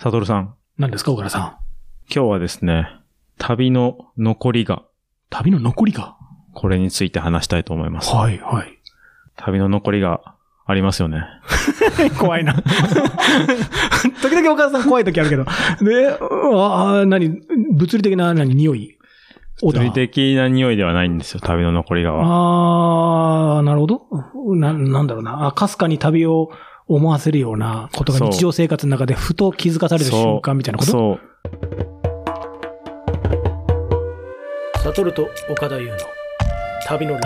サトルさん。 何ですか、岡田さん。 今日はですね、旅の残りが。 旅の残りがこれについて話したいと思います。 はい、はい。 旅の残りがありますよね。 怖いな。時々岡田さん怖い時あるけど。で、物理的な匂い物理的な匂いではないんですよ、旅の残りがは。 なるほど。なんだろうな。かすかに旅を思わせるようなことが日常生活の中でふと気づかされる瞬間みたいなこと。 そう。 サトルと岡田優の旅のラジ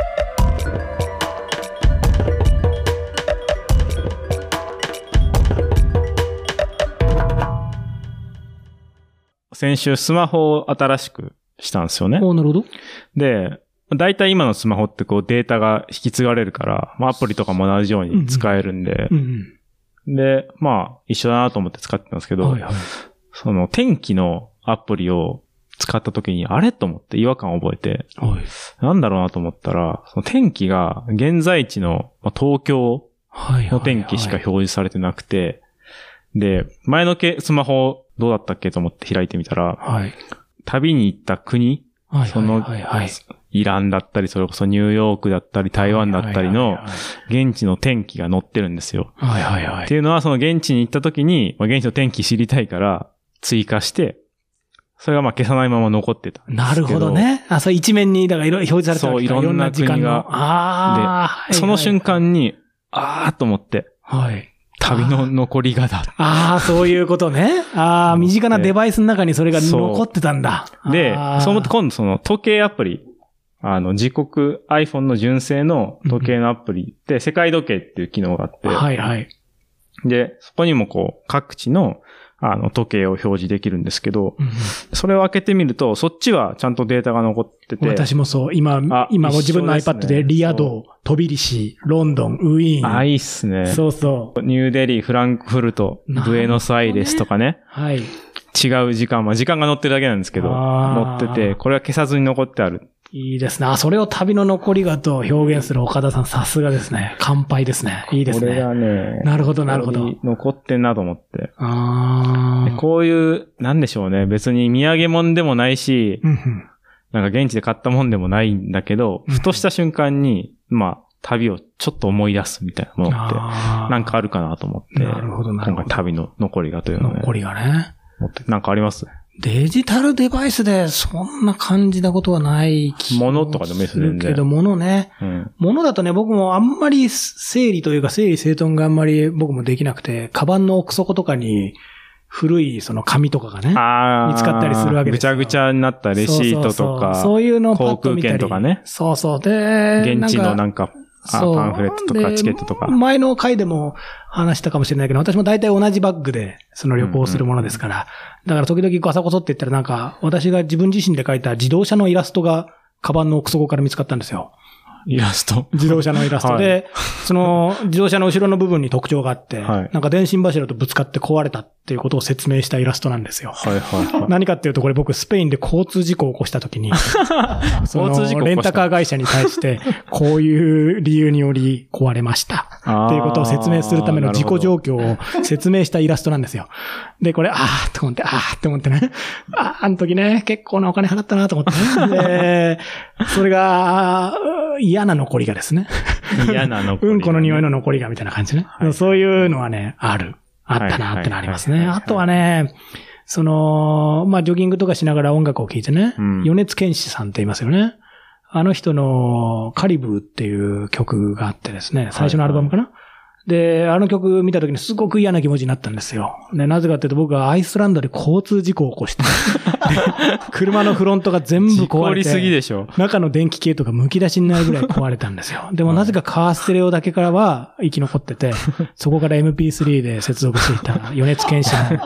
オ。先週スマホを新しくしたんですよね。 なるほど。 で、だいたい今のスマホってこうデータが引き継がれるから、アプリとかも同じように使えるんで、で、一緒だなと思って使ってたんですけど、はいはい、その天気のアプリを使った時にあれと思って違和感を覚えて、はい、なんだろうなと思ったら、その天気が現在地の東京の天気しか表示されてなくて、で、前のスマホどうだったっけと思って開いてみたら、はい、旅に行った国、その、イランだったり、それこそニューヨークだったり、台湾だったりの現地の天気が載ってるんですよ。っていうのは、その現地に行った時に、現地の天気知りたいから追加して、それが消さないまま残ってたんですけど。 なるほどね。そう一面に、だから表示されてたわけだ。 そう、いろんな国が。で、その瞬間に、と思って。はい。旅の残りがだ。 そういうことね。身近なデバイスの中にそれが残ってたんだ。 で、そう思って今度その時計アプリ、時刻 iPhone の純正の時計のアプリって世界時計っていう機能があって。はいはい。で、そこにも各地の時計を表示できるんですけど、それを開けてみると、そっちはちゃんとデータが残ってて。 私もそう。今も自分の iPad でリヤド、トビリシ、ロンドン、ウィーン。 いいっすね。 そうそう。 ニューデリー、フランクフルト、ブエノスアイレスとかね。はい。違う時間、時間が載ってるだけなんですけど、載ってて、これは消さずに残ってある。 いいですね。それを旅の残りがと表現する岡田さん、さすがですね。乾杯ですね。いいですね。 これがね。 なるほど、なるほど。 残ってんなと思って。こういう、なんでしょうね。別に土産物でもないし、なんか現地で買ったもんでもないんだけど、ふとした瞬間に、旅をちょっと思い出すみたいなものって、なんかあるかなと思って。なるほど、なるほど。今回旅の残りがというのね。 残りがね。 なんかあります？ デジタルデバイスでそんな感じたことはない気ものとかでもいいですね。 けど、ものね。ものだとね、僕もあんまり整理というか整理整頓があんまり僕もできなくて、カバンの奥底とかに古いその紙とかがね、見つかったりするわけですよ。 ぐちゃぐちゃになったレシートとか、 そういうのを航空券とかね。 そうそう。で、 現地のなんか、パンフレットとかチケットとか。 前の回でも話したかもしれないけど、私も大体同じバッグでその旅行するものですから。だから時々ガサゴソって言ったらなんか、私が自分自身で描いた自動車のイラストがカバンの奥底から見つかったんですよ。 イラスト自動車のイラストで、はい、その自動車の後ろの部分に特徴があって、はい、なんか電信柱とぶつかって壊れたっていうことを説明したイラストなんですよ。はいはいはい、何かっていうとこれ僕スペインで交通事故を起こした時に、そのレンタカー会社に対してこういう理由により壊れましたっていうことを説明するための事故状況を説明したイラストなんですよ。で、これ、って思ってね。あの時ね、結構なお金払ったなと思ってね。で、それが、嫌な残りがですね。 嫌な残り、 うんこの匂いの残りがみたいな感じね。はい、そういうのはね、あったなってのありますね。あとはね、ジョギングとかしながら音楽を聴いてね、米津玄師さんって言いますよね。あの人のカリブーっていう曲があってですね、最初のアルバムかな。で、あの曲見た時にすごく嫌な気持ちになったんですよ。で、なぜかっていうと僕はアイスランドで交通事故を起こして、車のフロントが全部壊れて、 事故りすぎでしょ。 中の電気系とか剥き出しになるぐらい壊れたんですよ。でもなぜかカーステレオだけからは生き残ってて、そこから MP3 で接続していた米津玄師の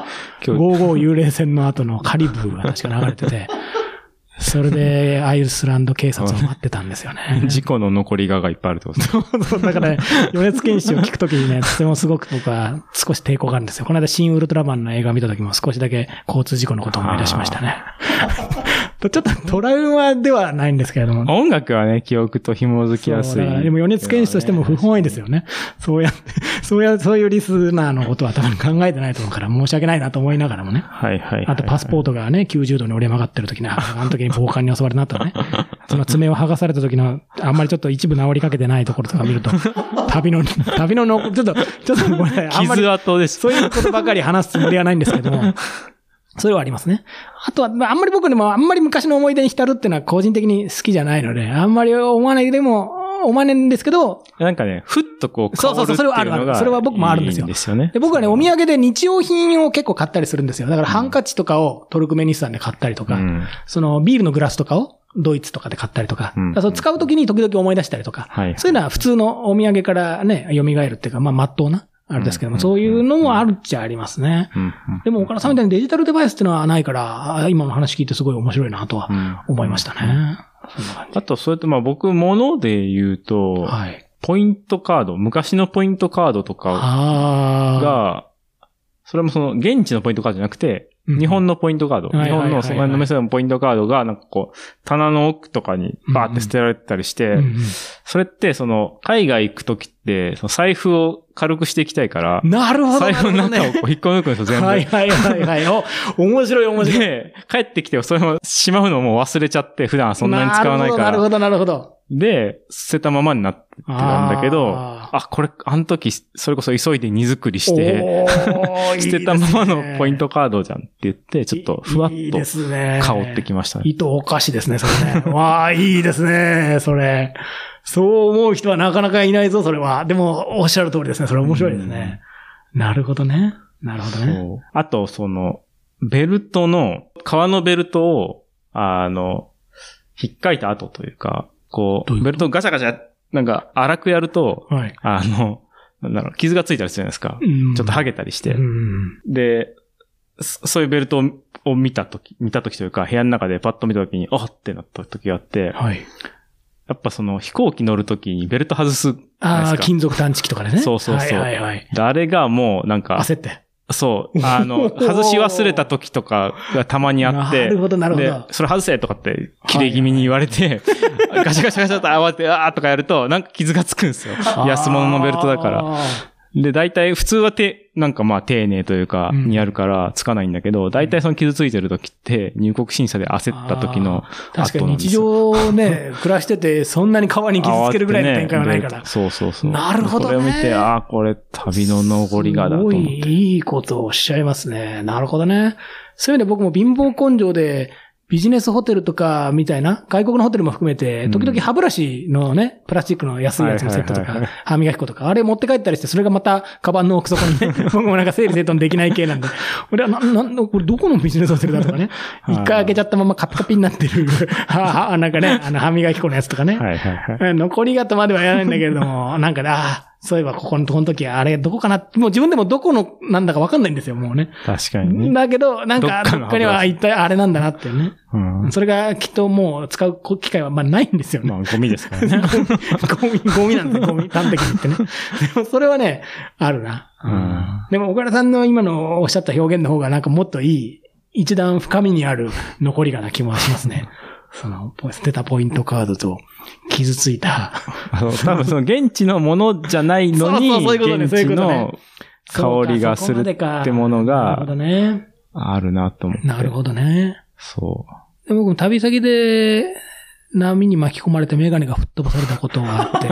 55幽霊船の後のカリブーが確か流れてて、それでアイスランド警察を待ってたんですよね。 事故の残りがいっぱいあるってことですね。 そう、だからね、米津玄師を聞くときにね、とてもすごく僕は少し抵抗があるんですよ。この間、新ウルトラマンの映画を見たときも少しだけ交通事故のことを思い出しましたね。 ちょっとトラウマではないんですけれども。 音楽はね、記憶と紐づきやすい、ね。 でも、米津玄師としても不本意ですよね。そういうリスナーのことは多分考えてないと思うから申し訳ないなと思いながらもね。 はいはい。 あとパスポートがね、90度に折れ曲がってる時に、あの時に暴漢に襲われたなとかね。その爪を剥がされた時の、あんまりちょっと一部治りかけてないところとか見ると、旅のちょっとごめんなさい。 傷跡です。 そういうことばかり話すつもりはないんですけども。それはありますね。あとは、あんまり僕でもあんまり昔の思い出に浸るっていうのは個人的に好きじゃないので、あんまり思わないんですけど。 なんかね、ふっとこう変わるっていうのが、 それはある。それは僕もあるんですよ。 いいんですよね。 で、僕はね、お土産で日用品を結構買ったりするんですよ。だからハンカチとかをトルクメニスタンで買ったりとか、そのビールのグラスとかをドイツとかで買ったりとか、そう使うときに時々思い出したりとか、そういうのは普通のお土産からね、蘇るっていうか、まあ、真っ当な。あれですけども、そういうのもあるっちゃありますね。でも、岡田さんみたいにデジタルデバイスっていうのはないから、今の話聞いてすごい面白いなとは思いましたね。 あと、それとまあ僕、物で言うと、ポイントカード、昔のポイントカードとかが、それもその現地のポイントカードじゃなくて、日本のポイントカード。日本のその店のポイントカードが、なんかこう、棚の奥とかにバーって捨てられてたりして、それってその、海外行くときって、その財布を軽くしていきたいから、 なるほど。 財布の中をこう引っこ抜くんですよ、全部。 はい。面白い。 で、帰ってきて、それもしまうのも忘れちゃって、普段はそんなに使わないから。 なるほど。 で、捨てたままになってたんだけど、これ、あの時、それこそ急いで荷造りして、捨てたままのポイントカードじゃんって言って、ちょっとふわっと香ってきましたね。 糸おかしですね、それね。わあ、いいですね、それ。そう思う人はなかなかいないぞ、それは。でも、おっしゃる通りですね。それ面白いですね。なるほどね。 あと、その、ベルトの、革のベルトを、引っかいた後というか、こう、ベルトをガチャガチャ、なんか荒くやると、傷がついたりするじゃないですか。ちょっと剥げたりして。で、そういうベルトを見た時というか、部屋の中でパッと見た時に、ってなった時があって、やっぱその飛行機乗る時にベルト外す。 金属探知機とかでね。 そう。あれがもうなんか。 焦って。 そう。外し忘れた時とかがたまにあって。 なるほど。 で、それ外せとかって綺麗気味に言われて、ガシャと慌てて、とかやると、なんか傷がつくんですよ。安物のベルトだから。で、大体普通はなんかまあ丁寧というか、にやるからつかないんだけど、大体その傷ついてる時って入国審査で焦った時の後なんですよ。 確かに日常ね、暮らしててそんなに皮に傷つけるぐらいの展開はないから。 そう。 なるほどね。 これを見て、これ旅の残りがだと思って。 すごいいいことをおっしゃいますね。なるほどね。そういう意味で僕も貧乏根性で、ビジネスホテルとかみたいな、外国のホテルも含めて、時々歯ブラシのね、プラスチックの安いやつのセットとか、歯磨き粉とか、あれ持って帰ったりして、それがまた、カバンの奥底にね、僕もなんか整理整頓できない系なんで、俺はこれどこのビジネスホテルだとかね、一回開けちゃったままカピカピになってる、なんかね、歯磨き粉のやつとかね、残りがとまではやらないんだけれども、なんかね、そういえばこの時あれどこかな、もう自分でもどこのなんだかわかんないんですよ、もうね。 確かにね。 だけど、なんかどっかには一体あれなんだなってね。それがきっともう使う機会はまあないんですよね。 ゴミですからね。 ゴミなんですよ、端的に言ってね。でもそれはね、あるな。でも岡田さんの今のおっしゃった表現の方がなんかもっといい、一段深みにある残りがな気もしますね。捨てたポイントカードと、傷ついた。 多分その現地のものじゃないのに、現地の香りがするってものが、あるなと思って。 なるほどね。 そう。 で僕も旅先で、波に巻き込まれてメガネが吹っ飛ばされたことがあって、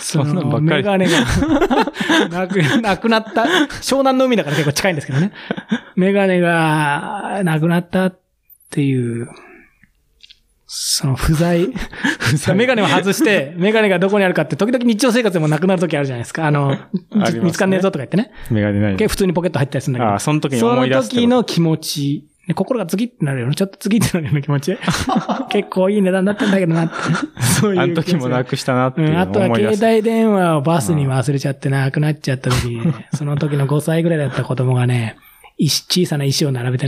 そんなばっかり。 メガネがなくなった。湘南の海だから結構近いんですけどね。メガネがなくなったっていう、その不在。メガネを外して、メガネがどこにあるかって、時々日常生活でもなくなる時あるじゃないですか。見つかんねえぞとか言ってね。 メガネない。 普通にポケット入ったりするんだけど。 その時に思い出す。 その時の気持ち。心がズキってなるよね。ちょっとズキってなるような気持ち。結構いい値段だったんだけどなって。 そういう。あの時もなくしたなっていう。 あとは携帯電話をバスに忘れちゃってなくなっちゃった時に、その時の5歳ぐらいだった子供がね、小さな石を並べてね、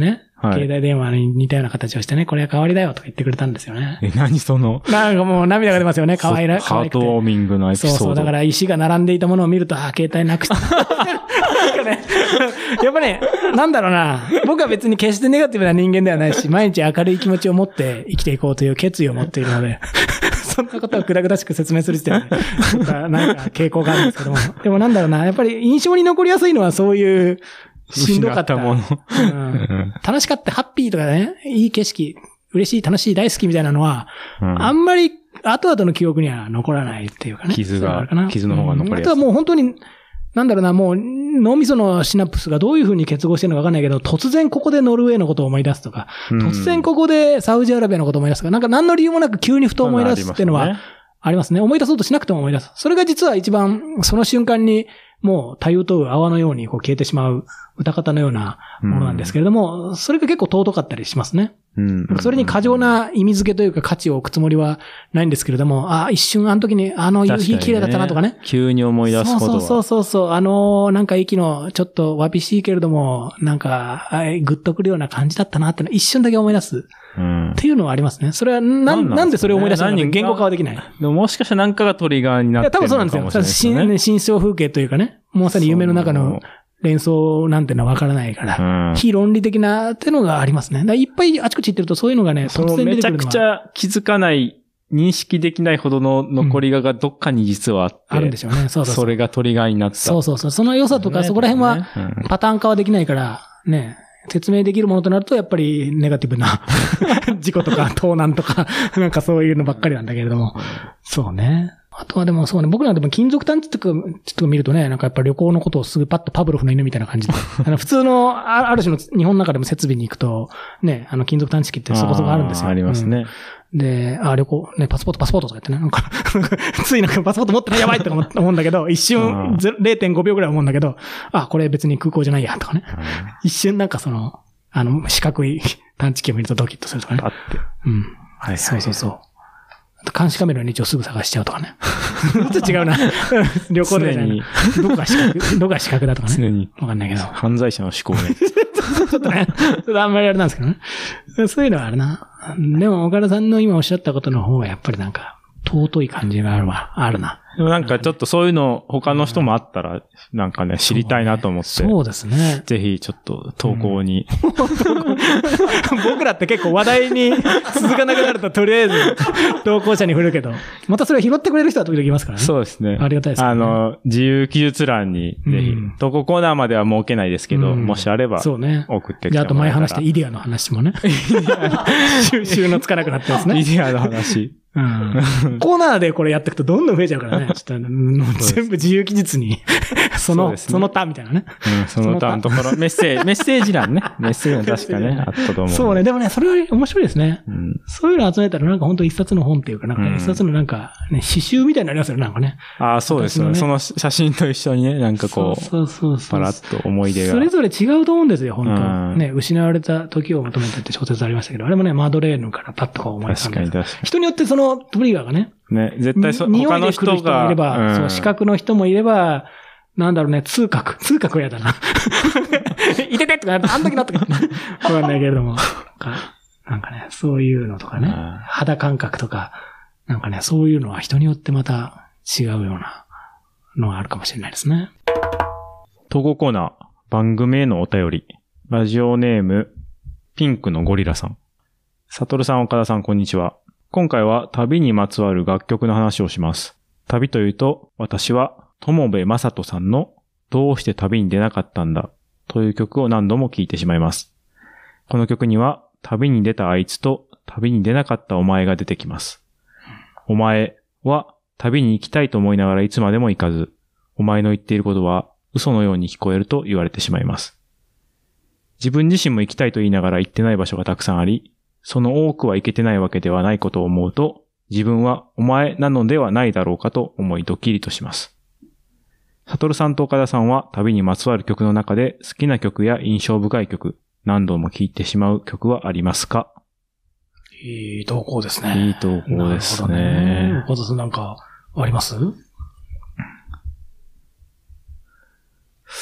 携帯電話に似たような形をしてね、これは代わりだよとか言ってくれたんですよね。 何その。 なんかもう涙が出ますよね、可愛い。 ハートウォーミングなエピソード。 そう、だから石が並んでいたものを見ると、携帯なくした。なんかね、やっぱね、なんだろうな、僕は別に決してネガティブな人間ではないし、毎日明るい気持ちを持って生きていこうという決意を持っているので、そんなことをくだくだしく説明する時点で、なんか傾向があるんですけども。でもなんだろうな、やっぱり印象に残りやすいのはそういう、しんどかったもの、楽しかった、ハッピーとかね、いい景色、嬉しい、楽しい、大好きみたいなのは、あんまり後々の記憶には残らないっていうかね。 傷の方が残りやすい。 あとはもう本当に、なんだろうな、もう脳みそのシナプスがどういう風に結合してるのかわかんないけど、突然ここでノルウェーのことを思い出すとか、突然ここでサウジアラビアのことを思い出すとか、なんか何の理由もなく急にふと思い出すっていうのはありますね。思い出そうとしなくても思い出す。それが実は一番その瞬間にもう太陽と泡のようにこう消えてしまう歌方のようなものなんですけれども、それが結構尊かったりしますね。それに過剰な意味付けというか価値を置くつもりはないんですけれども、一瞬あの時に夕日綺麗だったなとかね。 急に思い出すことは。 そう。なんか息のちょっとわびしいけれども、なんかグッとくるような感じだったなって一瞬だけ思い出す。っていうのはありますね。それはなんでそれを思い出したのか言語化はできない。 でももしかしたら何かがトリガーになってるのかもしれないですね。 多分そうなんですよ。心象風景というかね。まさに夢の中の連想なんてのはわからないから、非論理的なってのがありますね。いっぱいあちこち行ってるとそういうのがね、突然出てくるのが。めちゃくちゃ気づかない、認識できないほどの残りがどっかに実はあって。 あるんでしょうね。 それがトリガーになった。 そう。その良さとか、そこら辺はパターン化はできないから、ね。説明できるものとなると、やっぱりネガティブな事故とか盗難とか、なんかそういうのばっかりなんだけれども。そうね。あとはでもそうね、僕らでも金属探知とか見るとね、なんかやっぱり旅行のことをすぐパッとパブロフの犬みたいな感じで。普通の、ある種の日本の中でも設備に行くと、ね、金属探知機ってそこそこあるんですよ。 ありますね。 で、旅行、ね、パスポートとか言ってね、なんか、ついなんかパスポート持ってないやばいとか思うんだけど、一瞬、0.5 秒ぐらい思うんだけど、これ別に空港じゃないや、とかね。一瞬なんか四角い探知機を見るとドキッとするとかね。 あって。 はい。そう。監視カメラの位置をすぐ探しちゃうとかね。ちょっと違うな。旅行でね。どこが四角だとかね。 常に。 わかんないけど。 犯罪者の思考ね。 ちょっとね。あんまりあれなんですけどね。そういうのはあるな。でも、岡田さんの今おっしゃったことの方がやっぱりなんか、尊い感じがあるな。 でもなんかちょっとそういうの他の人もあったら、なんかね、知りたいなと思って。 そうですね。 ぜひちょっと投稿に。 僕らって結構話題に続かなくなるととりあえず投稿者に振るけど、またそれを拾ってくれる人は時々いますからね。 そうですね。 ありがたいですね。 自由記述欄にぜひ、投稿コーナーまでは設けないですけど、もしあれば送ってきてもらえたら。 あと前話したイデアの話もね。収納つかなくなってますね。 イデアの話。 コーナーでこれやっていくとどんどん増えちゃうからね。ちょっと全部自由記述にその他みたいなね。 その他のところ、メッセージ欄ね。メッセージ欄確かね、あったと思う。 そうね。でもね、それ面白いですね。そういうの集めたらなんか本当一冊の本っていうか、なんか一冊のなんかね、詩集みたいになりますよね、なんかね。 そうですよね。その写真と一緒にね、なんかこう、パラッと思い出が。 それぞれ違うと思うんですよ、本当ね、失われた時を求めてって小説ありましたけど、あれもね、マドレーヌからパッとこう思い出したんです。 確かに。 人によってそのトリガーがね。 ね、絶対他の人が。 いれば、そう、視覚の人もいれば、なんだろうね、痛覚は嫌だな。いててとか、あの時なったかな。わかんないけれども。なんかね、そういうのとかね、肌感覚とか、なんかね、そういうのは人によってまた違うようなのがあるかもしれないですね。 投稿コーナー、番組へのお便り。ラジオネーム、ピンクのゴリラさん。サトルさん、岡田さん、こんにちは。今回は旅にまつわる楽曲の話をします。旅というと、私は友部正人さんのどうして旅に出なかったんだという曲を何度も聴いてしまいます。この曲には旅に出たあいつと旅に出なかったお前が出てきます。お前は旅に行きたいと思いながらいつまでも行かず、お前の言っていることは嘘のように聞こえると言われてしまいます。自分自身も行きたいと言いながら行ってない場所がたくさんあり、その多くは行けてないわけではないことを思うと、自分はお前なのではないだろうかと思いドキリとします。サトルさんと岡田さんは旅にまつわる曲の中で好きな曲や印象深い曲、何度も聴いてしまう曲はありますか？ いい投稿ですね。 いい投稿ですね。 岡田さんなんかあります？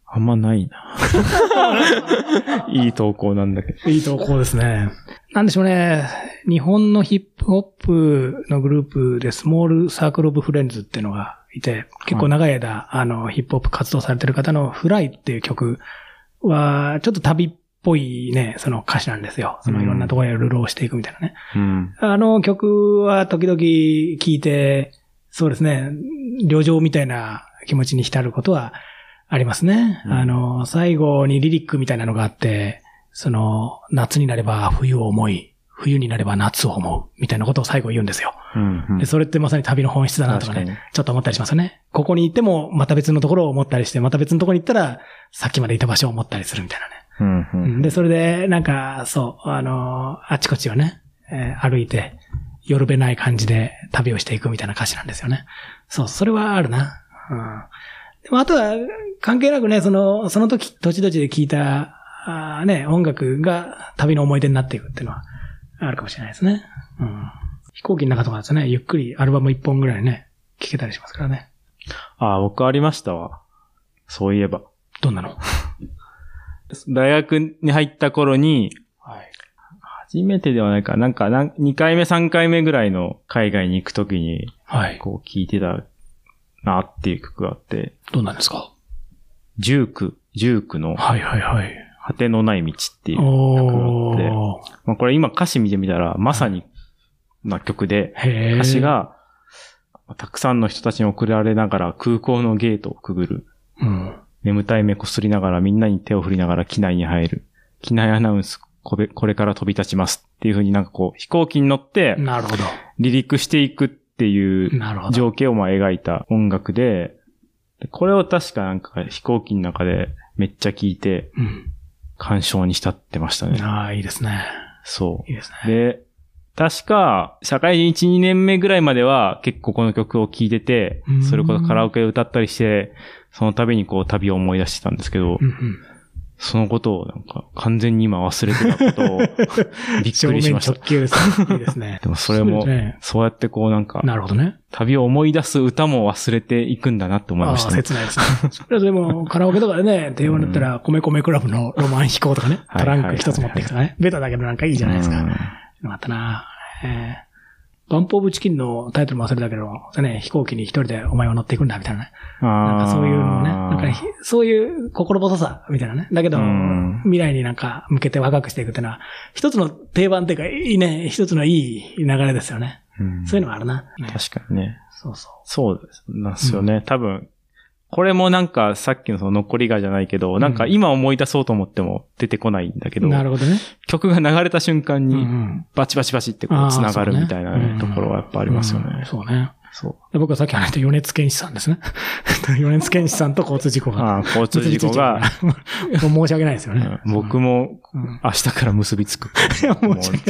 あんまないな。いい投稿なんだけど。 いい投稿ですね。なんでしょうね。日本のヒップホップのグループでスモールサークルオブフレンズっていうのがいて、結構長い間、ヒップホップ活動されてる方のフライっていう曲は、ちょっと旅っぽいね、その歌詞なんですよ。そのいろんなところへ流浪していくみたいなね。曲は時々聴いて、そうですね、旅情みたいな気持ちに浸ることはありますね。最後にリリックみたいなのがあって、夏になれば冬を思い、冬になれば夏を思う、みたいなことを最後言うんですよ。でそれってまさに旅の本質だなとかね、ちょっと思ったりしますよね。ここに行ってもまた別のところを思ったりして、また別のところに行ったら、さっきまでいた場所を思ったりするみたいなね。で、それで、なんか、そう、あちこちをね、歩いて、よるべない感じで旅をしていくみたいな歌詞なんですよね。そう、それはあるな。でもあとは、関係なくね、その時、土地土地で聴いた、音楽が旅の思い出になっていくっていうのは、あるかもしれないですね。飛行機の中とかですね、ゆっくりアルバム1本ぐらいね、聴けたりしますからね。 僕ありましたわ。そういえば。 どんなの？ 大学に入った頃に、初めてではないか、なんか2回目3回目ぐらいの海外に行くときに、こう聴いてたなっていう曲があって。 どうなんですか？ ジュークの、果てのない道っていう曲があって、これ今歌詞見てみたらまさにな曲で、歌詞が、たくさんの人たちに送られながら空港のゲートをくぐる。眠たい目こすりながらみんなに手を振りながら機内に入る。機内アナウンスこれから飛び立ちますっていう風になんかこう飛行機に乗って、 なるほど。 離陸していくっていう情景を描いた音楽で、これを確かなんか飛行機の中でめっちゃ聴いて、感傷に浸ってましたね。 いいですね。 そう。 いいですね。 で、確か、社会人1、2年目ぐらいまでは結構この曲を聴いてて、それこそカラオケで歌ったりして、その度にこう旅を思い出してたんですけど、そのことをなんか完全に今忘れてたことをびっくりしました。 直球ですね。いいですね。 でもそれも、そうやってこうなんか、 なるほどね。 旅を思い出す歌も忘れていくんだなって思いましたね。 切ないですね。それはでもカラオケとかでね、電話だったら、米米クラブのロマン飛行とかね、トランク一つ持っていくとかね、ベタだけどなんかいいじゃないですか。よかったな。バンプオブチキンのタイトルも忘れたけど、ね、飛行機に一人でお前は乗っていくんだみたいなね。なんかそういうのね、なんかね、そういう心細さみたいなね。だけど、未来になんか向けて若くしていくっていうのは、一つの定番っていうか、いいね、一つのいい流れですよね。そういうのがあるな。 確かにね。 そうなんですよね。多分、これもなんかさっきのその残りがじゃないけど、なんか今思い出そうと思っても出てこないんだけど、 なるほどね。 曲が流れた瞬間にバチバチバチってこう繋がるみたいなところはやっぱありますよね。 そうね。で僕はさっき話した米津玄師さんですね。米津玄師さんと交通事故が。 交通事故が。 申し訳ないですよね。 僕も明日から結びつく。 申し訳ない。申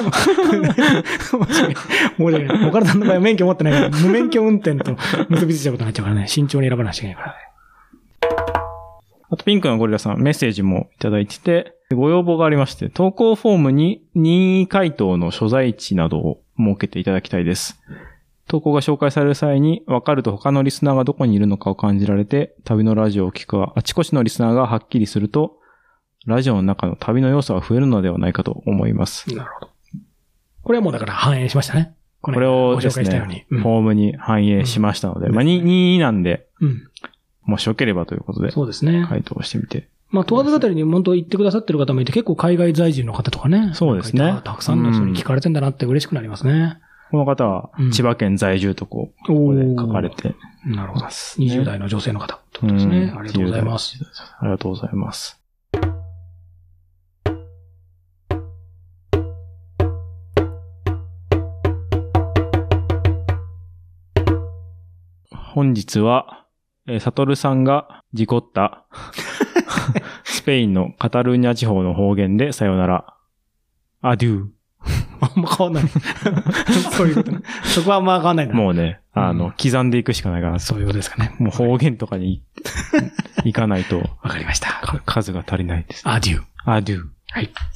し訳ない。岡田さんの場合は免許持ってないから、無免許運転と結びついちゃうことになっちゃうからね、慎重に選ばなきゃいけないから。 あとピンクのゴリラさんメッセージもいただいてて、ご要望がありまして、投稿フォームに任意回答の所在地などを設けていただきたいです。投稿が紹介される際に分かると他のリスナーがどこにいるのかを感じられて、旅のラジオを聞くあちこちのリスナーがはっきりすると、ラジオの中の旅の要素が増えるのではないかと思います。 なるほど。これはもうだから反映しましたね。 これをですね、フォームに反映しましたので、2なんで、もしよければということで、 そうですね。 回答してみて。 問わず語りに本当言ってくださってる方もいて、結構海外在住の方とかね。 そうですね。 たくさんの人に聞かれてんだなって嬉しくなりますね。 この方は千葉県在住とここで書かれてなるほど。20代の女性の方ってことですね。ありがとうございます。 ありがとうございます。本日は、サトルさんが事故ったスペインのカタルーニャ地方の方言でさよなら。アデュー。 あんま変わんない。そういうことね。そこはあんま変わんないな。 もうね、刻んでいくしかないかな。 そういうことですかね。 もう方言とかに行かないと。 わかりました。 数が足りないです。 アデュー。 アデュー。 はい。